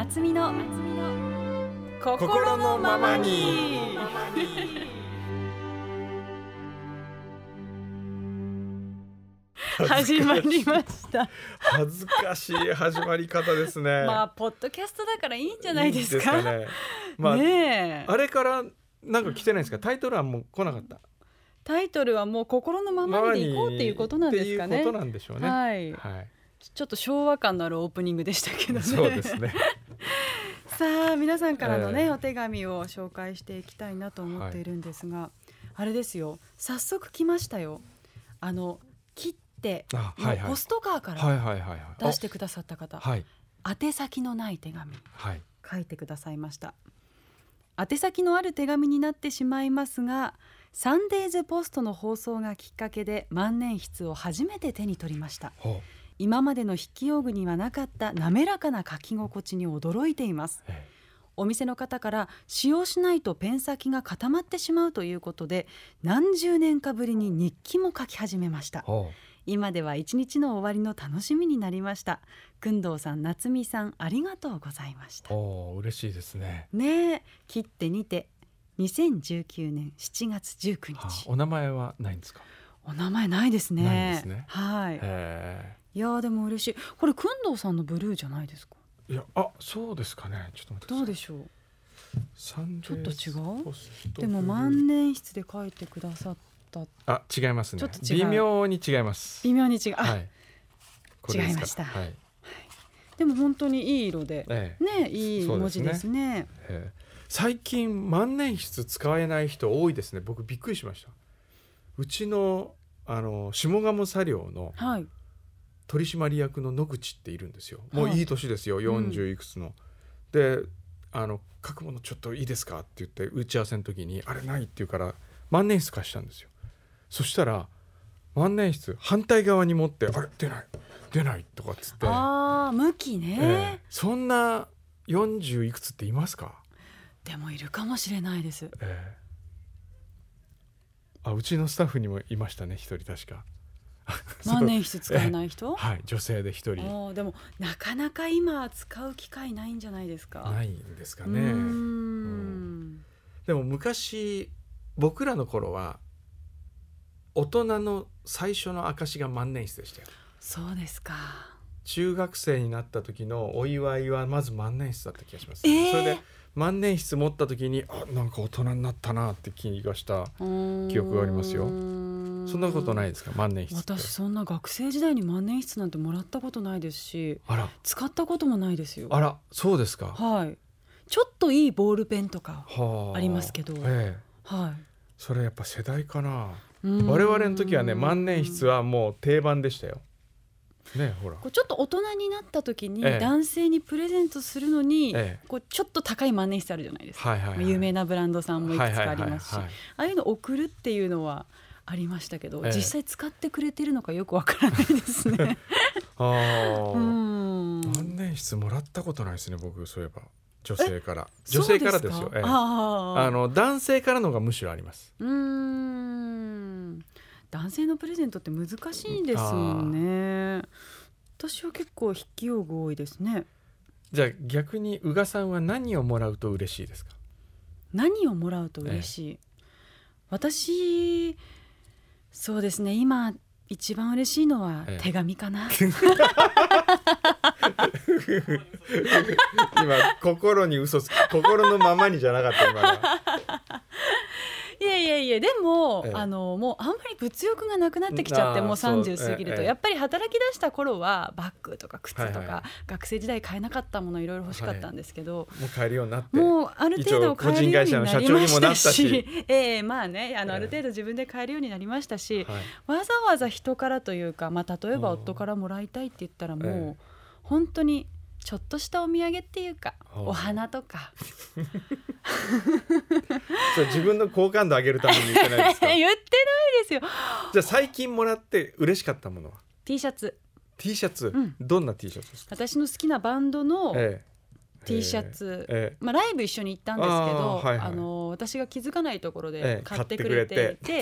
厚みの心のままに。 始まりました恥ずかしい始まり方ですね。 まあポッドキャストだからいいんじゃないですか。 いいですかね。まあ、 ねえ、 あれからなんか来てないですか。タイトルはもう来なかった。 タイトルはもう心のままにでいこうっていうことなんですかね。 っていうことなんでしょうね。 はい、 はい、 ちょっと昭和感のあるオープニングでしたけどね。 そうですね。 さあ皆さんからのね、お手紙を紹介していきたいなと思っているんですが、あれですよ、早速来ましたよ。切ってのポストカーから出してくださった方、宛先のない手紙、書いてくださいました。宛先のある手紙になってしまいますが、サンデーズポストの放送がきっかけで万年筆を初めて手に取りました。今までの筆記用具にはなかった滑らかな書き心地に驚いています。お店の方から使用しないとペン先が固まってしまうということで、何十年かぶりに日記も書き始めました。今では一日の終わりの楽しみになりました。くんどうさん、夏美さん、ありがとうございました。 嬉しいですね。 ねえ、切ってにて2019年7月19日。 お名前はないんですか。 お名前ないですね。 ないですね。 はい。いやでも嬉しい。これくんどうさんのブルーじゃないですか。 いや、そうですかね。ちょっと待ってください。 どうでしょう。ちょっと違う。でも万年筆で書いてくださった。 違いますね。 ちょっと違う。 微妙に違います。 微妙に違う。 違いました。でも本当にいい色で、ね、いい文字ですね。 最近万年筆使えない人多いですね。僕びっくりしました。うちの下鴨茶寮の取締役の野口っているんですよ。もういい年ですよ、40いくつの。で、書くものちょっといいですかって言って打ち合わせの時にあれないって言うから万年筆貸したんですよ。そしたら万年筆反対側に持って、あれ出ないとかっつって、 向きね、 そんな40いくつっていますか。 でもいるかもしれないです。 うちのスタッフにもいましたね、一人確か。 万年筆使えない人、 女性で一人。 でもなかなか今使う機会ないんじゃないですか。 ないんですかね。でも昔僕らの頃は大人の最初の証が万年筆でしたよ。そうですか。中学生になった時のお祝いはまず万年筆だった気がします。それで万年筆持った時になんか大人になったなって気がした記憶がありますよ。そんなことないですか、万年筆って。私そんな学生時代に万年筆なんてもらったことないですし、使ったこともないですよ。 そうですか。 ちょっといいボールペンとかありますけど、 それやっぱ世代かな。我々の時はね、万年筆はもう定番でしたよ。ほら、 ちょっと大人になった時に男性にプレゼントするのに、ちょっと高い万年筆あるじゃないですか。有名なブランドさんもいくつかありますし、ああいうの送るっていうのはありましたけど、実際使ってくれてるのかよくわからないですね。 万年筆もらったことないですね、僕。そういえば女性からですよ。男性からのがむしろあります。 男性のプレゼントって難しいですもんね。私は結構筆記用具多いですね。 じゃあ逆に宇賀さんは何をもらうと嬉しいですか。 何をもらうと嬉しい、私そうですね、今一番嬉しいのは手紙かな。 今心に嘘つく、心のままにじゃなかった今の。 いやでも、もうあんまり物欲がなくなってきちゃって、もう30過ぎると、やっぱり働き出した頃はバッグとか靴とか、学生時代買えなかったものいろいろ欲しかったんですけど、 もう買えるようになって、 もうある程度買えるようになりましたし、まあね、ある程度自分で買えるようになりましたし、わざわざ人からというか、例えば夫からもらいたいって言ったら、もう本当にちょっとしたお土産っていうか、お花とかそれ自分の好感度上げるために言ってないですか。 言ってないですよ。 じゃあ最近もらって嬉しかったものは。 T シャツ。 どんな T シャツですか。 私の好きなバンドの T シャツ、ライブ一緒に行ったんですけど、私が気づかないところで買ってくれていて、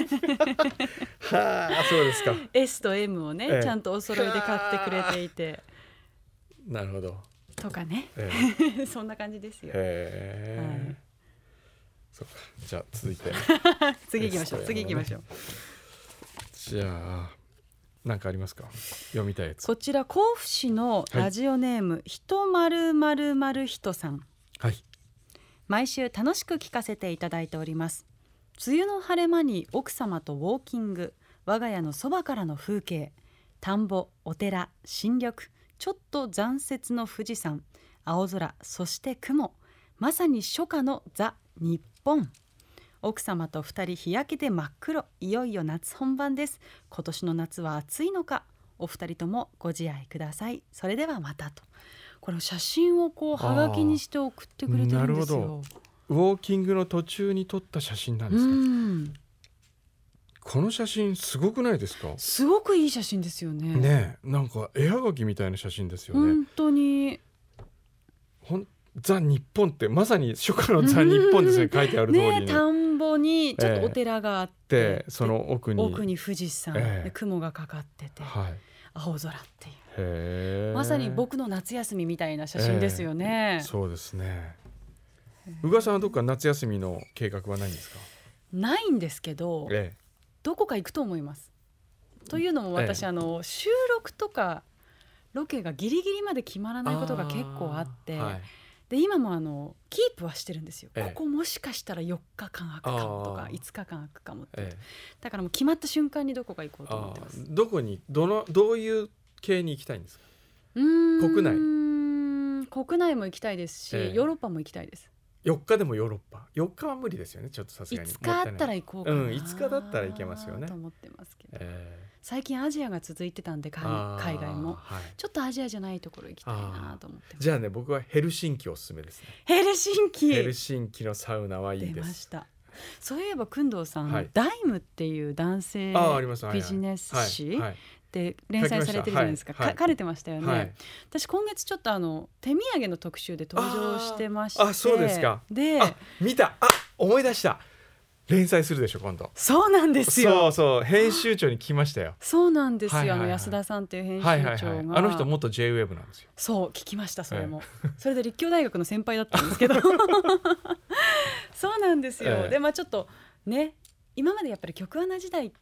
そうですか。 S と M をね、ちゃんとお揃いで買ってくれていて。 なるほど。 とかね、そんな感じですよ。 そうか、じゃあ続いて次行きましょう、次行きましょう。 じゃあ何かありますか、読みたいやつ。 こちら甲府市のラジオネーム、ひとまるまるまるひとさん。 はい。 毎週楽しく聞かせていただいております。梅雨の晴れ間に奥様とウォーキング、我が家のそばからの風景、田んぼ、お寺、新緑、ちょっと残雪の富士山、青空、そして雲、まさに初夏のザ・日本。奥様と2人日焼けで真っ黒、いよいよ夏本番です。今年の夏は暑いのか、お二人ともご自愛ください。それではまたと。これ写真をこうはがきにして送ってくれてるんですよ。 ウォーキングの途中に撮った写真なんですか。この写真すごくないですか。 すごくいい写真ですよね。 ねえ、なんか絵はがきみたいな写真ですよね。 本当にザ・日本ってまさに初夏のザ・日本ですね。書いてある通りに、 田んぼにちょっとお寺があって、 その奥に富士山、で雲がかかってて、青空っていう、まさに僕の夏休みみたいな写真ですよね。 そうですね。宇賀さんはどっか夏休みの計画はないんですか。 ないんですけど、どこか行くと思います。というのも私、収録とかロケがギリギリまで決まらないことが結構あって、で今もキープはしてるんですよ。ここもしかしたら4日間空くかもとか5日間空くかもって、だからもう決まった瞬間にどこか行こうと思ってます。 どこにどういう系に行きたいんですか。国内も行きたいですし、ヨーロッパも行きたいです。 4日でもヨーロッパ。4日は無理ですよね、ちょっとさすがに。 5日あったら行こうかな、 5日だったら行けますよねと思ってますけど、最近アジアが続いてたんで、海外も、ちょっとアジアじゃないところ行きたいなと思ってます。 じゃあね、僕はヘルシンキおすすめですね。 ヘルシンキのサウナはいいです。 出ました。そういえば工藤さん、ダイムっていう男性ビジネス誌で連載されてるじゃないですか。書かれてましたよね。私今月ちょっと手土産の特集で登場してまして。 そうですか。 で見た。思い出した。連載するでしょ今度。 そうなんですよ。 そう編集長に聞きましたよ。 そうなんですよ。安田さんっていう編集長が、 あの人元 JWEB なんですよ。 そう聞きました。それも、それで立教大学の先輩だったんですけどそうなんですよ。でちょっとね、今までやっぱり局アナ時代って、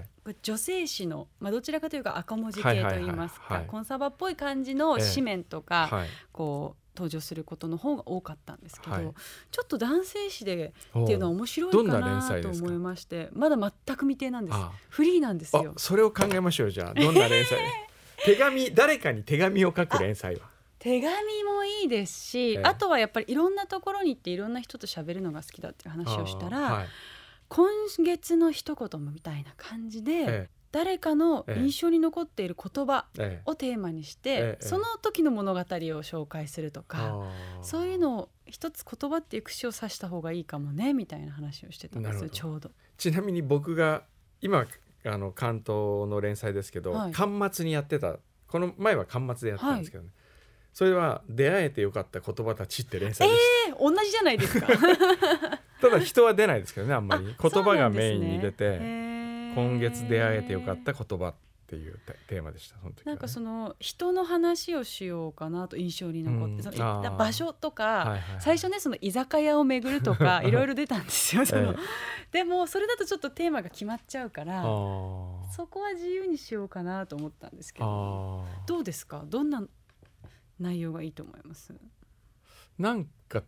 女性誌の、どちらかというか赤文字系といいますか、コンサバっぽい感じの紙面とか、こう登場することの方が多かったんですけど、ちょっと男性誌でっていうのは面白いかなと思いまして、まだ全く未定なんです。フリーなんですよ。 それを考えましょう。じゃあどんな連載誰かに手紙を書く連載は。 手紙もいいですし、あとはやっぱりいろんなところに行っていろんな人と喋るのが好きだっていう話をしたら、今月の一言みたいな感じで、誰かの印象に残っている言葉をテーマにして、その時の物語を紹介するとか、そういうのを一つ言葉っていう串を刺した方がいいかもねみたいな話をしてたんですよ。ちょうど。 ちなみに僕が今関東の連載ですけど、巻末にやってた、この前は巻末でやってたんですけどね、それは出会えてよかった言葉たちって連載でした。 同じじゃないですかただ人は出ないですけどね、あんまり言葉がメインに出て、今月出会えてよかった言葉っていうテーマでした。その時はね、 なんかその人の話をしようかなと印象に残って、その場所とか、最初ねその居酒屋を巡るとかいろいろ出たんですよ。でもそれだとちょっとテーマが決まっちゃうから、そこは自由にしようかなと思ったんですけど、どうですか。どんな内容がいいと思います？ なんか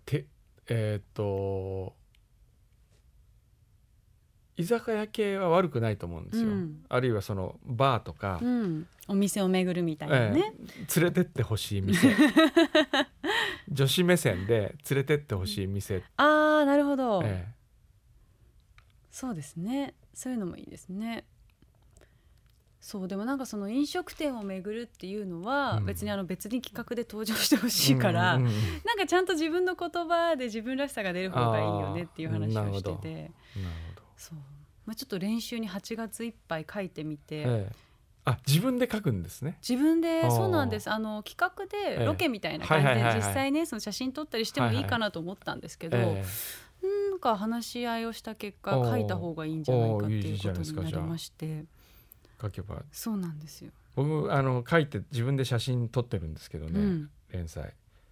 居酒屋系は悪くないと思うんですよ、あるいはそのバーとか、 お店を巡るみたいなね、 連れてってほしい店女子目線で連れてってほしい店、 なるほど、そうですね。そういうのもいいですね。そうでもなんかその飲食店を巡るっていうのは別に別に企画で登場してほしいから、なんかちゃんと自分の言葉で自分らしさが出る方がいいよねっていう話をしてて、そう、ちょっと練習に8月いっぱい書いてみて、 自分で書くんですね。 自分で。そうなんです。企画でロケみたいな感じで実際ねその写真撮ったりしてもいいかなと思ったんですけど、なんか話し合いをした結果書いた方がいいんじゃないかっていうことになりまして、 書けば。 そうなんですよ。 僕書いて自分で写真撮ってるんですけどね、連載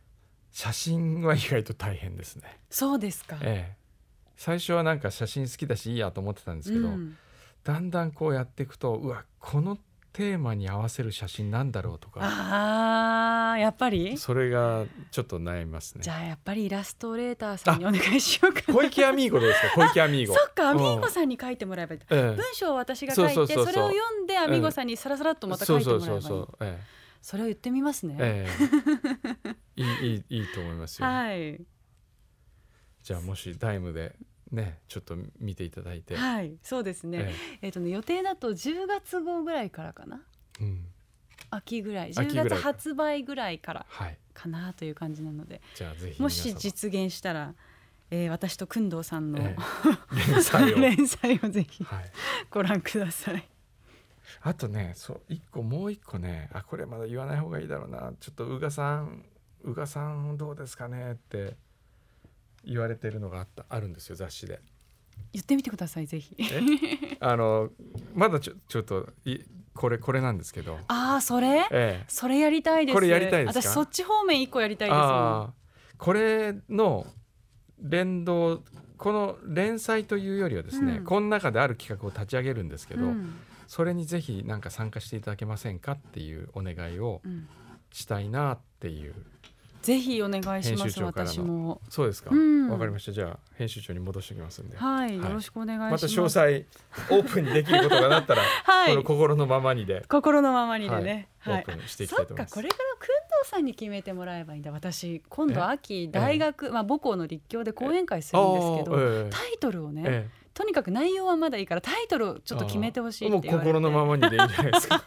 写真は意外と大変ですね。 そうですか。 最初はなんか写真好きだしいいやと思ってたんですけど、だんだんこうやっていくと、うわこのテーマに合わせる写真なんだろうとか、 やっぱりそれがちょっと悩みますね。 じゃあやっぱりイラストレーターさんにお願いしようかな。 小池アミーゴどうですか？小池アミーゴ。 そっか、アミーゴさんに書いてもらえばいい、文章を私が書いて、それを読んでアミーゴさんにサラサラっとまた書いてもらえばいい。それを言ってみますね。 いいと思いますよ。 はい。 じゃあもしタイムでねちょっと見ていただいて。 はい、そうですね。予定だと10月号ぐらいからかな。秋ぐらい、10月発売ぐらいからかなという感じなので、 じゃあぜひもし実現したら、私と工藤さんの、 連載をぜひご覧ください。 あとね、もう一個ね、これまだ言わない方がいいだろうな、ちょっと宇賀さんどうですかねって言われてるのがあるんですよ、雑誌で。 言ってみてください、ぜひ。 まだちょっとこれなんですけど。 それ、それやりたいです。 これやりたいですか？ 私そっち方面一個やりたいですもん。 これの連動、この連載というよりはですね、この中である企画を立ち上げるんですけど、それにぜひなんか参加していただけませんかっていうお願いをしたいなっていう。 ぜひお願いします。私も。 そうですか。わかりました。じゃあ編集長に戻しておきますんで。 はい、よろしくお願いします。 また詳細オープンにできることがなったら、この心のままにでね。 オープンしていきたいと思います。 そっか、これから工藤さんに決めてもらえばいいんだ。私今度秋大学、母校の立教で講演会するんですけど、タイトルをね、とにかく内容はまだいいからタイトルをちょっと決めてほしいって言われて。 もう心のままにでいいんじゃないですか。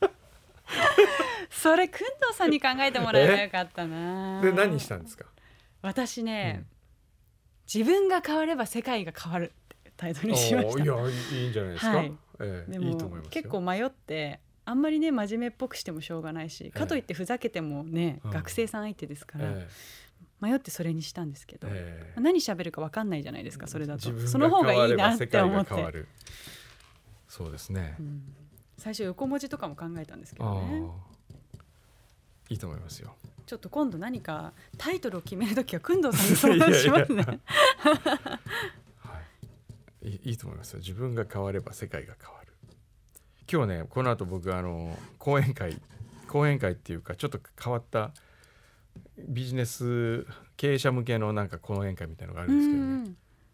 それ工藤さんに考えてもらえばよかったな。 で何したんですか？ 私ね、自分が変われば世界が変わるってタイトルにしました。 いや、いいんじゃないですか。 でもいいと思いますよ。 結構迷って、あんまりね真面目っぽくしてもしょうがないし、かといってふざけてもね、学生さん相手ですから、迷ってそれにしたんですけど、何喋るか分かんないじゃないですか。それだとその方がいいなって思って。 そうですね。 最初横文字とかも考えたんですけどね。 いいと思いますよ。 ちょっと今度何かタイトルを決めるときは工藤さんに相談しますね。 いいと思いますよ。自分が変われば世界が変わる。今日ね、この後僕講演会っていうかちょっと変わったビジネス経営者向けのなんか講演会みたいなのがあるんですけどね。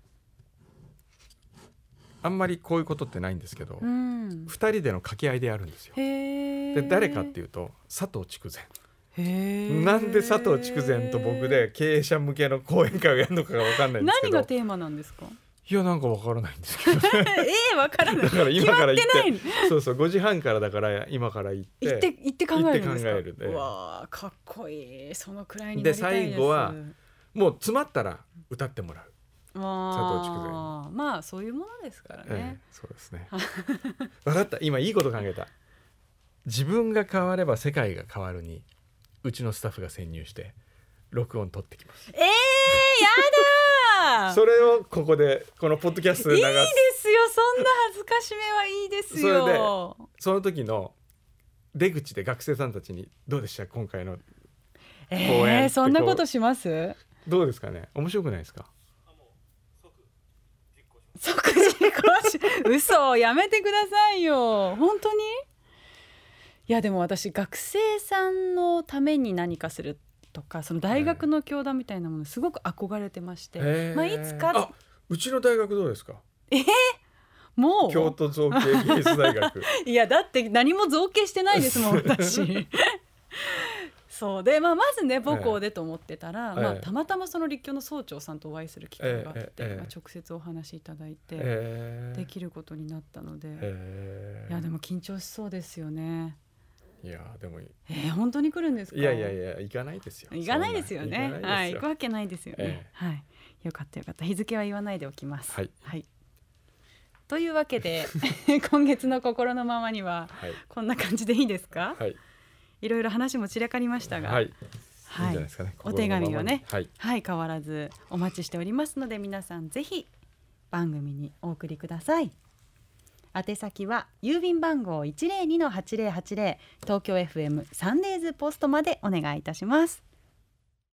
あんまりこういうことってないんですけど、2人での掛け合いでやるんですよ。で誰かっていうと佐藤筑前。なんで佐藤筑前と僕で経営者向けの講演会をやるのかが分かんないんですけど。 何がテーマなんですか？ いや、なんか分からないんですけど、ね。 分からない。 だから今から行って、そう5時半からだから今から行って考えるんですか？ うわー、かっこいい。そのくらいになりたいです。 で最後はもう詰まったら歌ってもらう。佐藤筑前。 まあそういうものですからね。 そうですね。分かった。今いいこと考えた。自分が変われば世界が変わるにうちのスタッフが潜入して録音取ってきます。やだそれをここでこのポッドキャストで流す。いいですよ。そんな恥ずかしめはいいですよ。 それでその時の出口で学生さんたちにどうでした今回の講演、 そんなことします？どうですかね。面白くないですか？ 即実行し嘘、やめてくださいよ。本当に？いやでも私学生さんのために何かするとか、その大学の教団みたいなものすごく憧れてまして、いつかうちの大学どうですか？ もう京都造形芸術大学いやだって何も造形してないですもん私そうで、まずね母校でと思ってたら、たまたまその立教の総長さんとお会いする機会があって、直接お話しいただいて、できることになったので、いやでも緊張しそうですよね。 いやでも本当に来るんですか？ いや行かないですよ。 行かないですよね。行くわけないですよね。よかった日付は言わないでおきます。というわけで今月の心のままにはこんな感じでいいですか？いろいろ話も散らかりましたが、お手紙をね、変わらずお待ちしておりますので、皆さんぜひ番組にお送りください。宛先は郵便番号 102-8080 東京 FM サンデーズポストまでお願いいたします。